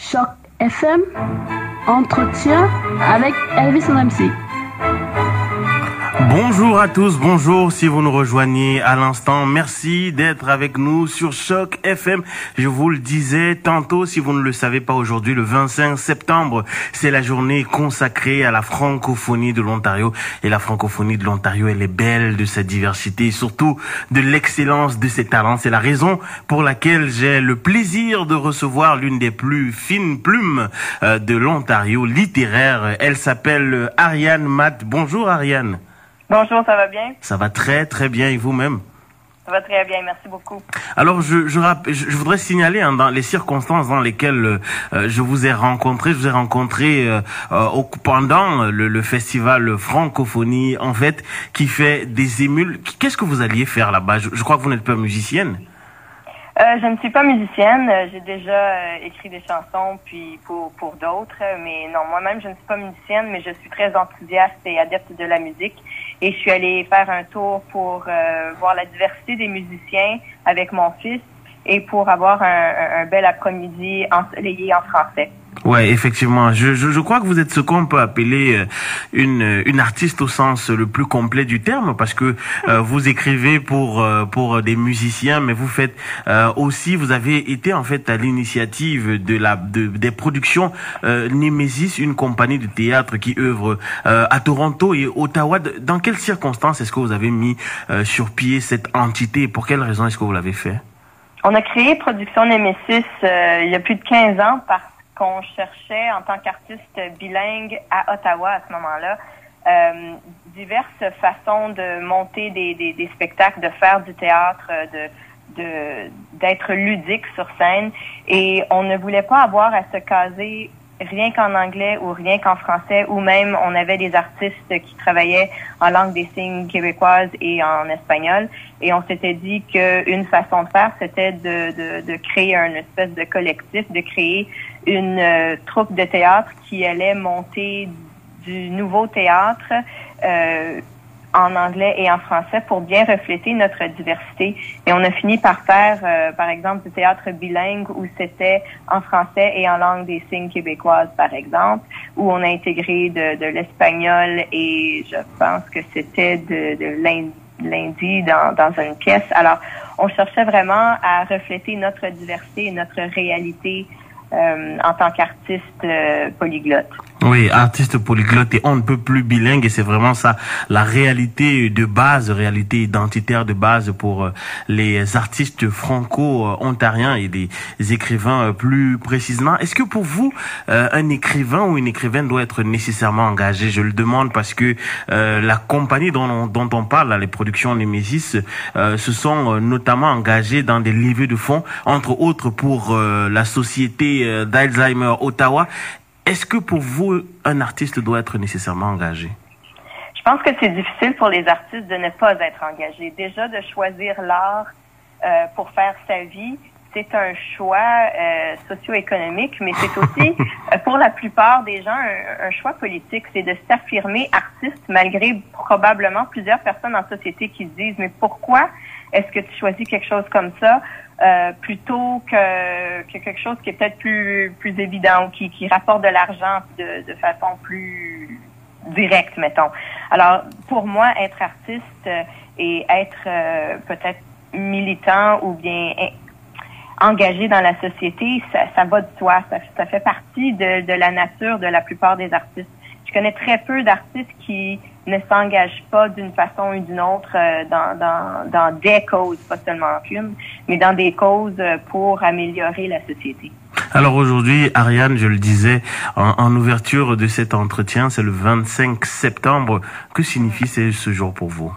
Choc FM, entretien avec Elvis MC. Bonjour à tous, bonjour si vous nous rejoignez à l'instant. Merci d'être avec nous sur Choc FM. Je vous le disais tantôt, si vous ne le savez pas aujourd'hui, le 25 septembre, c'est la journée consacrée à la francophonie de l'Ontario. Et la francophonie de l'Ontario, elle est belle de sa diversité et surtout de l'excellence de ses talents. C'est la raison pour laquelle j'ai le plaisir de recevoir l'une des plus fines plumes de l'Ontario littéraire. Elle s'appelle Ariane Matt. Bonjour Ariane. Bonjour, ça va bien? Ça va très très bien et vous-même? Ça va très bien, merci beaucoup. Alors je voudrais signaler dans les circonstances dans lesquelles je vous ai rencontré. Je vous ai rencontré pendant le festival Francophonie en fait qui fait des émules. Qu'est-ce que vous alliez faire là-bas? Je crois que vous n'êtes pas musicienne. Je ne suis pas musicienne. J'ai déjà écrit des chansons puis pour d'autres, mais non, moi-même je ne suis pas musicienne, mais je suis très enthousiaste et adepte de la musique. Et je suis allée faire un tour pour voir la diversité des musiciens avec mon fils et pour avoir un bel après-midi ensoleillé en français. Ouais, effectivement. Je crois que vous êtes ce qu'on peut appeler une artiste au sens le plus complet du terme, parce que vous écrivez pour des musiciens, mais vous faites aussi, vous avez été en fait à l'initiative des productions Nemesis, une compagnie de théâtre qui œuvre à Toronto et Ottawa. Dans quelles circonstances est-ce que vous avez mis sur pied cette entité et pour quelles raisons est-ce que vous l'avez fait? On a créé Production Nemesis il y a plus de 15 ans parce qu'on cherchait en tant qu'artiste bilingue à Ottawa à ce moment-là diverses façons de monter des spectacles, de faire du théâtre, d'être ludique sur scène, et on ne voulait pas avoir à se caser rien qu'en anglais ou rien qu'en français, ou même on avait des artistes qui travaillaient en langue des signes québécoise et en espagnol, et on s'était dit qu'une façon de faire, c'était de créer une espèce de collectif, de créer une troupe de théâtre qui allait monter du nouveau théâtre en anglais et en français pour bien refléter notre diversité. Et on a fini par faire, par exemple, du théâtre bilingue où c'était en français et en langue des signes québécoise, par exemple, où on a intégré de l'espagnol et je pense que c'était de l'hindi dans une pièce. Alors, on cherchait vraiment à refléter notre diversité et notre réalité en tant qu'artiste polyglotte. Oui, artiste polyglotte et on ne peut plus bilingue, et c'est vraiment ça, la réalité de base, réalité identitaire de base pour les artistes franco-ontariens et des écrivains plus précisément. Est-ce que pour vous, un écrivain ou une écrivaine doit être nécessairement engagé? Je le demande parce que la compagnie dont on parle, les productions Nemesis, se sont notamment engagées dans des levées de fonds, entre autres pour la société d'Alzheimer Ottawa. Est-ce que pour vous, un artiste doit être nécessairement engagé? Je pense que c'est difficile pour les artistes de ne pas être engagés. Déjà, de choisir l'art pour faire sa vie, c'est un choix socio-économique, mais c'est aussi, pour la plupart des gens, un choix politique. C'est de s'affirmer artiste malgré probablement plusieurs personnes en société qui se disent « Mais pourquoi est-ce que tu choisis quelque chose comme ça ?» plutôt que quelque chose qui est peut-être plus évident ou qui rapporte de l'argent de façon plus directe, mettons. Alors, pour moi, être artiste et être peut-être militant ou bien engagé dans la société, ça va de soi. Ça fait partie de la nature de la plupart des artistes. Je connais très peu d'artistes qui ne s'engagent pas d'une façon ou d'une autre dans des causes, pas seulement qu'une, mais dans des causes pour améliorer la société. Alors aujourd'hui, Ariane, je le disais en ouverture de cet entretien, c'est le 25 septembre. Que signifie ce jour pour vous?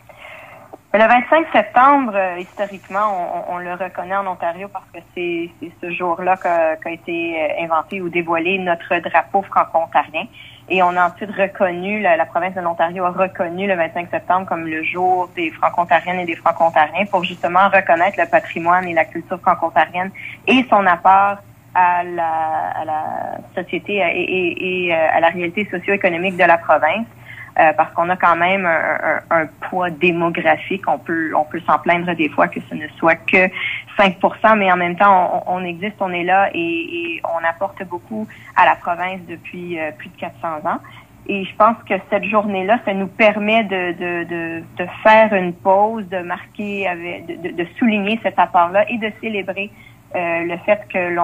Le 25 septembre, historiquement, on le reconnaît en Ontario parce que c'est ce jour-là qu'a été inventé ou dévoilé notre drapeau franco-ontarien. Et on a ensuite reconnu, la province de l'Ontario a reconnu le 25 septembre comme le jour des franco-ontariennes et des franco-ontariens pour justement reconnaître le patrimoine et la culture franco-ontarienne et son apport à la société et à la réalité socio-économique de la province. Parce qu'on a quand même un poids démographique. On peut s'en plaindre des fois que ce ne soit que 5%, mais en même temps, on existe, on est là et on apporte beaucoup à la province depuis plus de 400 ans. Et je pense que cette journée-là, ça nous permet de faire une pause, de marquer, de souligner cet apport-là et de célébrer le fait que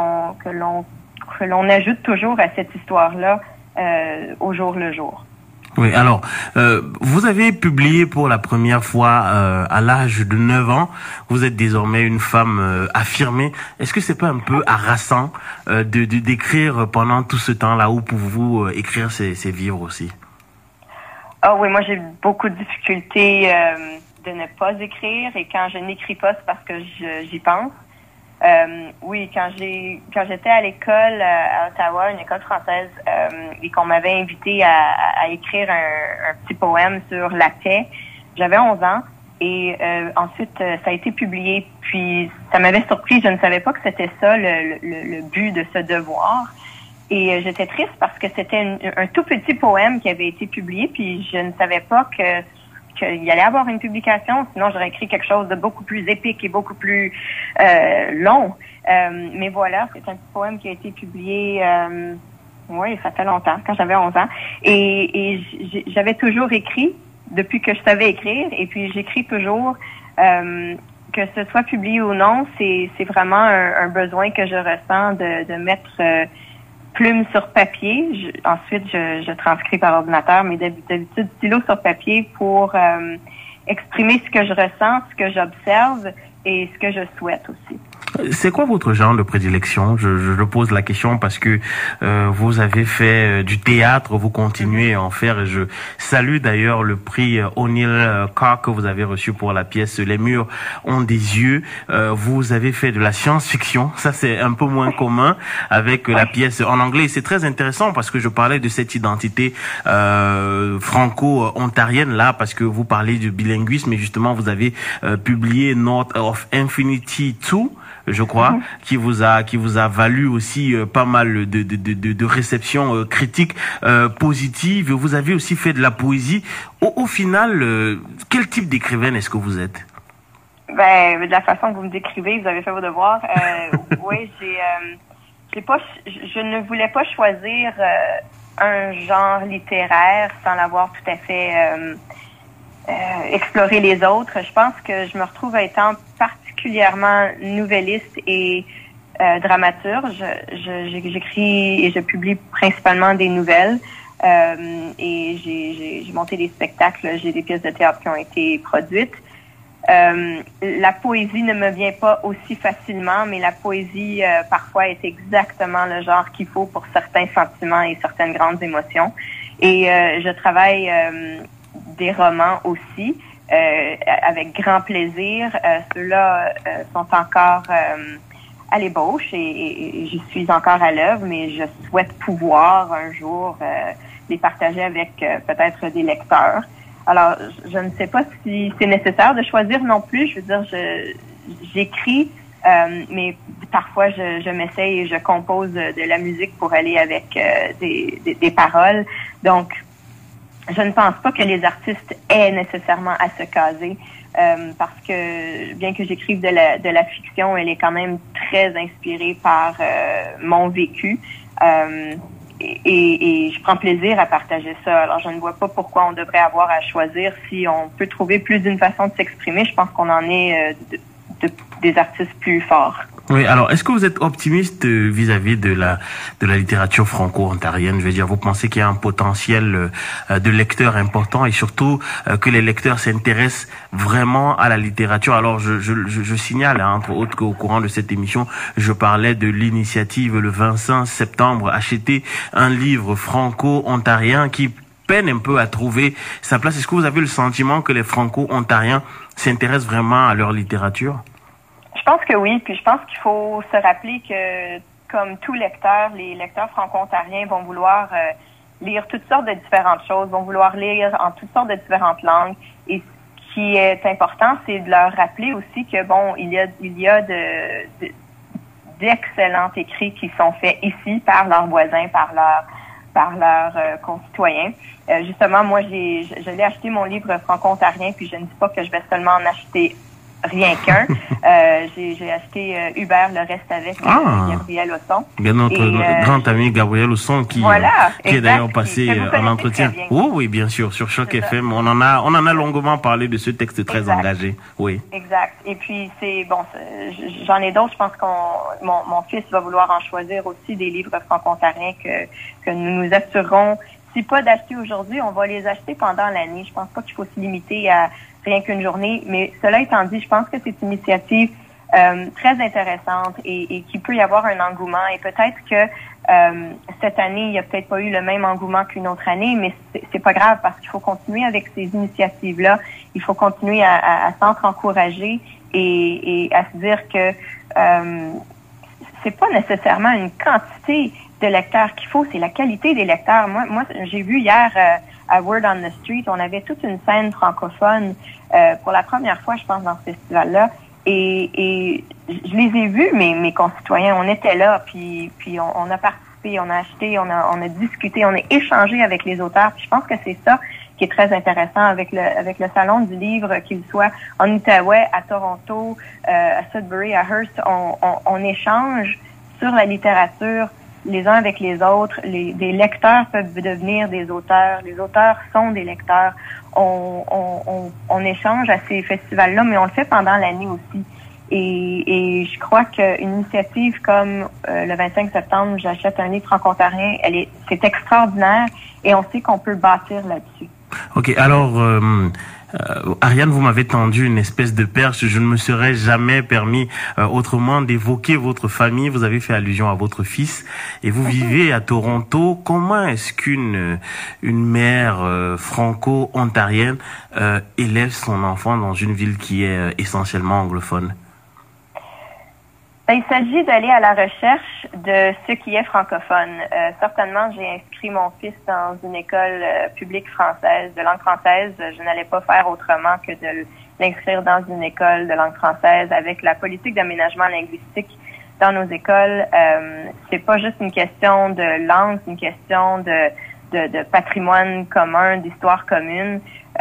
l'on ajoute toujours à cette histoire-là au jour le jour. Oui, alors, vous avez publié pour la première fois à l'âge de 9 ans. Vous êtes désormais une femme affirmée. Est-ce que c'est pas un peu harassant d'écrire pendant tout ce temps-là, ou pour vous écrire c'est vivre aussi? Ah oui, moi j'ai beaucoup de difficultés de ne pas écrire, et quand je n'écris pas, c'est parce que j'y pense. Oui, quand j'étais à l'école à Ottawa, une école française, et qu'on m'avait invité à écrire un petit poème sur la paix, j'avais 11 ans, et ensuite ça a été publié, puis ça m'avait surpris, je ne savais pas que c'était ça le but de ce devoir, et j'étais triste parce que c'était un tout petit poème qui avait été publié, puis je ne savais pas qu'il allait avoir une publication, sinon j'aurais écrit quelque chose de beaucoup plus épique et beaucoup plus long. Mais voilà, c'est un petit poème qui a été publié, oui, ça fait longtemps, quand j'avais 11 ans. Et j'avais toujours écrit, depuis que je savais écrire, et puis j'écris toujours, que ce soit publié ou non, c'est vraiment un besoin que je ressens de mettre plume sur papier. Ensuite, je transcris par ordinateur, mais d'habitude, stylo sur papier pour exprimer ce que je ressens, ce que j'observe et ce que je souhaite aussi. C'est quoi votre genre de prédilection? Je pose la question parce que vous avez fait du théâtre, vous continuez à en faire, et je salue d'ailleurs le prix O'Neill Carr que vous avez reçu pour la pièce Les murs ont des yeux. Vous avez fait de la science-fiction, ça c'est un peu moins commun avec la pièce en anglais. C'est très intéressant parce que je parlais de cette identité franco-ontarienne là, parce que vous parlez du bilinguisme, et justement vous avez publié North of Infinity 2, je crois, qui vous a valu aussi pas mal de réceptions critiques positives. Vous avez aussi fait de la poésie. Au final, quel type d'écrivaine est-ce que vous êtes? De la façon que vous me décrivez, vous avez fait vos devoirs. Oui, je ne voulais pas choisir un genre littéraire sans l'avoir tout à fait exploré les autres. Je pense que je me retrouve étant particulièrement nouvelliste et dramaturge. J'écris et je publie principalement des nouvelles, et j'ai monté des spectacles, j'ai des pièces de théâtre qui ont été produites. La poésie ne me vient pas aussi facilement, mais la poésie parfois est exactement le genre qu'il faut pour certains sentiments et certaines grandes émotions. Et je travaille des romans aussi, avec grand plaisir. Ceux-là sont encore à l'ébauche, et je suis encore à l'œuvre, mais je souhaite pouvoir un jour les partager avec peut-être des lecteurs. Alors, je ne sais pas si c'est nécessaire de choisir non plus. Je veux dire, j'écris, mais parfois je m'essaye et je compose de la musique pour aller avec des paroles. Donc, je ne pense pas que les artistes aient nécessairement à se caser, parce que bien que j'écrive de la fiction, elle est quand même très inspirée par mon vécu, et je prends plaisir à partager ça. Alors je ne vois pas pourquoi on devrait avoir à choisir. Si on peut trouver plus d'une façon de s'exprimer, je pense qu'on en est des artistes plus forts. Oui, alors est-ce que vous êtes optimiste vis-à-vis de la littérature franco-ontarienne? Je veux dire, vous pensez qu'il y a un potentiel de lecteurs important, et surtout que les lecteurs s'intéressent vraiment à la littérature? Alors je signale, entre autres, qu'au courant de cette émission, je parlais de l'initiative le 25 septembre, acheter un livre franco-ontarien, qui peine un peu à trouver sa place. Est-ce que vous avez le sentiment que les franco-ontariens s'intéressent vraiment à leur littérature? Je pense que oui, puis je pense qu'il faut se rappeler que, comme tout lecteur, les lecteurs franco-ontariens vont vouloir lire toutes sortes de différentes choses, vont vouloir lire en toutes sortes de différentes langues. Et ce qui est important, c'est de leur rappeler aussi que, bon, il y a d'excellents écrits qui sont faits ici par leurs voisins, par leurs concitoyens. Justement, moi, je l'ai acheté mon livre franco-ontarien, puis je ne dis pas que je vais seulement en acheter rien qu'un. J'ai acheté Hubert le reste avec Gabriel Osson. Bien notre grand ami Gabriel Osson qui est d'ailleurs passé en entretien. Oui, bien sûr, sur Choc FM. On en a longuement parlé de ce texte très engagé. Oui. Exact. Et puis j'en ai d'autres. Je pense mon fils va vouloir en choisir aussi des livres franco-ontariens que nous nous assurerons. Si pas d'acheter aujourd'hui, on va les acheter pendant l'année. Je pense pas qu'il faut se limiter à rien qu'une journée. Mais cela étant dit, je pense que c'est une initiative très intéressante et qu'il peut y avoir un engouement. Et peut-être que cette année, il n'y a peut-être pas eu le même engouement qu'une autre année, mais c'est pas grave parce qu'il faut continuer avec ces initiatives-là. Il faut continuer à s'encourager et à se dire que c'est pas nécessairement une quantité de lecteurs qu'il faut, c'est la qualité des lecteurs. Moi, j'ai vu hier à Word on the Street, on avait toute une scène francophone pour la première fois, je pense, dans ce festival-là. Et je les ai vus, mes concitoyens, on était là, puis on a participé, on a acheté, on a discuté, on a échangé avec les auteurs. Puis je pense que c'est ça qui est très intéressant avec le Salon du livre, qu'il soit en Outaouais, à Toronto, à Sudbury, à Hearst, on échange sur la littérature les uns avec les autres. Des lecteurs peuvent devenir des auteurs. Les auteurs sont des lecteurs. On échange à ces festivals-là, mais on le fait pendant l'année aussi. Et je crois qu'une initiative comme le 25 septembre, j'achète un livre franco-ontarien, c'est extraordinaire et on sait qu'on peut bâtir là-dessus. Ok, alors Ariane, vous m'avez tendu une espèce de perche. Je ne me serais jamais permis autrement d'évoquer votre famille. Vous avez fait allusion à votre fils et vous vivez à Toronto. Comment est-ce qu'une mère franco-ontarienne élève son enfant dans une ville qui est essentiellement anglophone? Il s'agit d'aller à la recherche de ce qui est francophone. Certainement, j'ai inscrit mon fils dans une école publique française, de langue française. Je n'allais pas faire autrement que de l'inscrire dans une école de langue française avec la politique d'aménagement linguistique dans nos écoles. C'est pas juste une question de langue, c'est une question de patrimoine commun, d'histoire commune.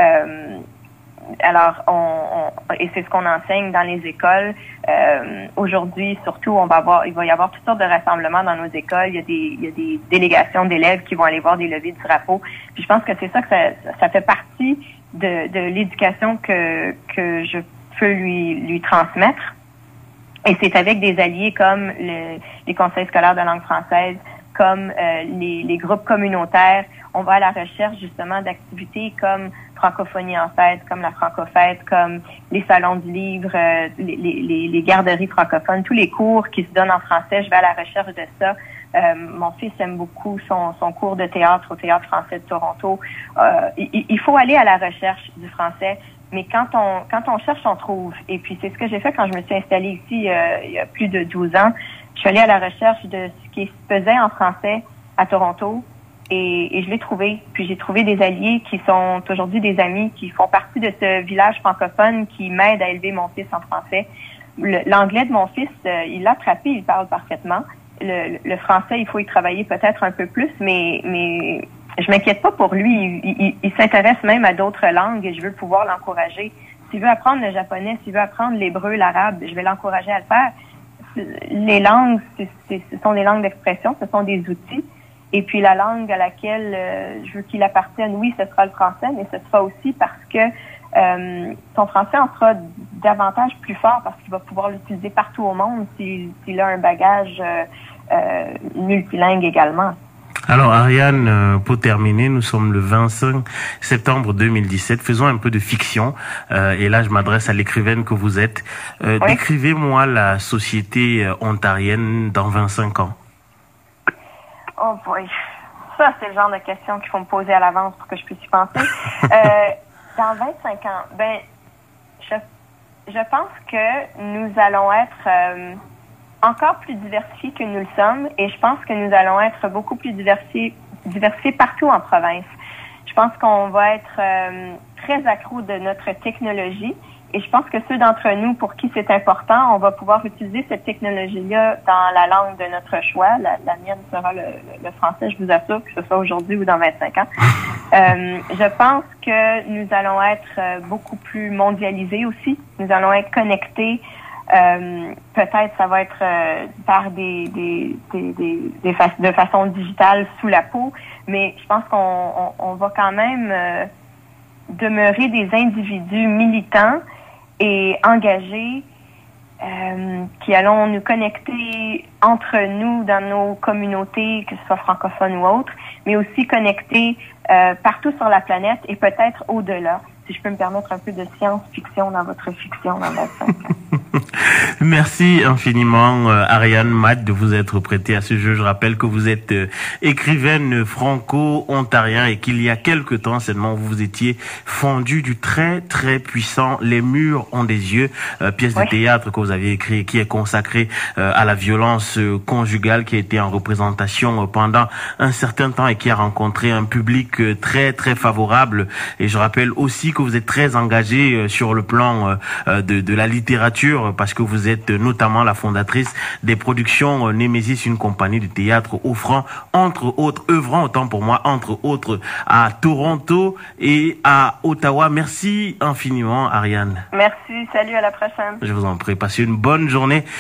Alors, et c'est ce qu'on enseigne dans les écoles. Aujourd'hui, surtout, il va y avoir toutes sortes de rassemblements dans nos écoles. Il y a des délégations d'élèves qui vont aller voir des levées de drapeau. Puis je pense que c'est ça que ça fait partie de l'éducation que je peux lui transmettre. Et c'est avec des alliés comme les conseils scolaires de langue française, comme les groupes communautaires. On va à la recherche justement d'activités comme Francophonie en fête, comme la Francofête, comme les salons du livre, les garderies francophones, tous les cours qui se donnent en français. Je vais à la recherche de ça. Mon fils aime beaucoup son cours de théâtre au Théâtre français de Toronto. Il faut aller à la recherche du français, mais quand on cherche, on trouve. Et puis c'est ce que j'ai fait quand je me suis installée ici il y a plus de 12 ans. Je suis allée à la recherche de ce qui se faisait en français à Toronto. Et je l'ai trouvé. Puis j'ai trouvé des alliés qui sont aujourd'hui des amis, qui font partie de ce village francophone qui m'aide à élever mon fils en français. L'anglais de mon fils, il l'a attrapé, il parle parfaitement. Le français, il faut y travailler peut-être un peu plus, mais je m'inquiète pas pour lui. Il s'intéresse même à d'autres langues et je veux pouvoir l'encourager. S'il veut apprendre le japonais, s'il veut apprendre l'hébreu, l'arabe, je vais l'encourager à le faire. Les langues, ce sont des langues d'expression, ce sont des outils. Et puis la langue à laquelle je veux qu'il appartienne, oui, ce sera le français, mais ce sera aussi parce que son français en sera davantage plus fort parce qu'il va pouvoir l'utiliser partout au monde s'il a un bagage multilingue également. Alors Ariane, pour terminer, nous sommes le 25 septembre 2017. Faisons un peu de fiction. Et là, je m'adresse à l'écrivaine que vous êtes. Oui. Décrivez-moi la société ontarienne dans 25 ans. Oh boy, ça c'est le genre de questions qu'il faut me poser à l'avance pour que je puisse y penser. Dans 25 ans, je pense que nous allons être encore plus diversifiés que nous le sommes et je pense que nous allons être beaucoup plus diversifiés partout en province. Je pense qu'on va être très accro de notre technologie. Et je pense que ceux d'entre nous pour qui c'est important, on va pouvoir utiliser cette technologie-là dans la langue de notre choix. La mienne sera le français, je vous assure, que ce soit aujourd'hui ou dans 25 ans. Je pense que nous allons être beaucoup plus mondialisés aussi. Nous allons être connectés. Peut-être ça va être par de façon digitale sous la peau, mais je pense qu'on va quand même demeurer des individus militants et engagés qui allons nous connecter entre nous dans nos communautés, que ce soit francophones ou autres, mais aussi connectés partout sur la planète et peut-être au-delà. Si je peux me permettre un peu de science-fiction dans votre fiction, dans votre sens. Merci infiniment, Ariane Matt, de vous être prêtée à ce jeu. Je rappelle que vous êtes écrivaine franco-ontarien et qu'il y a quelque temps seulement, vous étiez fondue du très, très puissant Les Murs ont des yeux, pièce de théâtre que vous avez écrit, qui est consacrée à la violence conjugale, qui a été en représentation pendant un certain temps et qui a rencontré un public très, très favorable. Et je rappelle aussi que vous êtes très engagée sur le plan de la littérature, parce que vous êtes notamment la fondatrice des productions Némésis, une compagnie de théâtre œuvrant autant pour moi, entre autres, à Toronto et à Ottawa. Merci infiniment, Ariane. Merci, salut, à la prochaine. Je vous en prie, passez une bonne journée.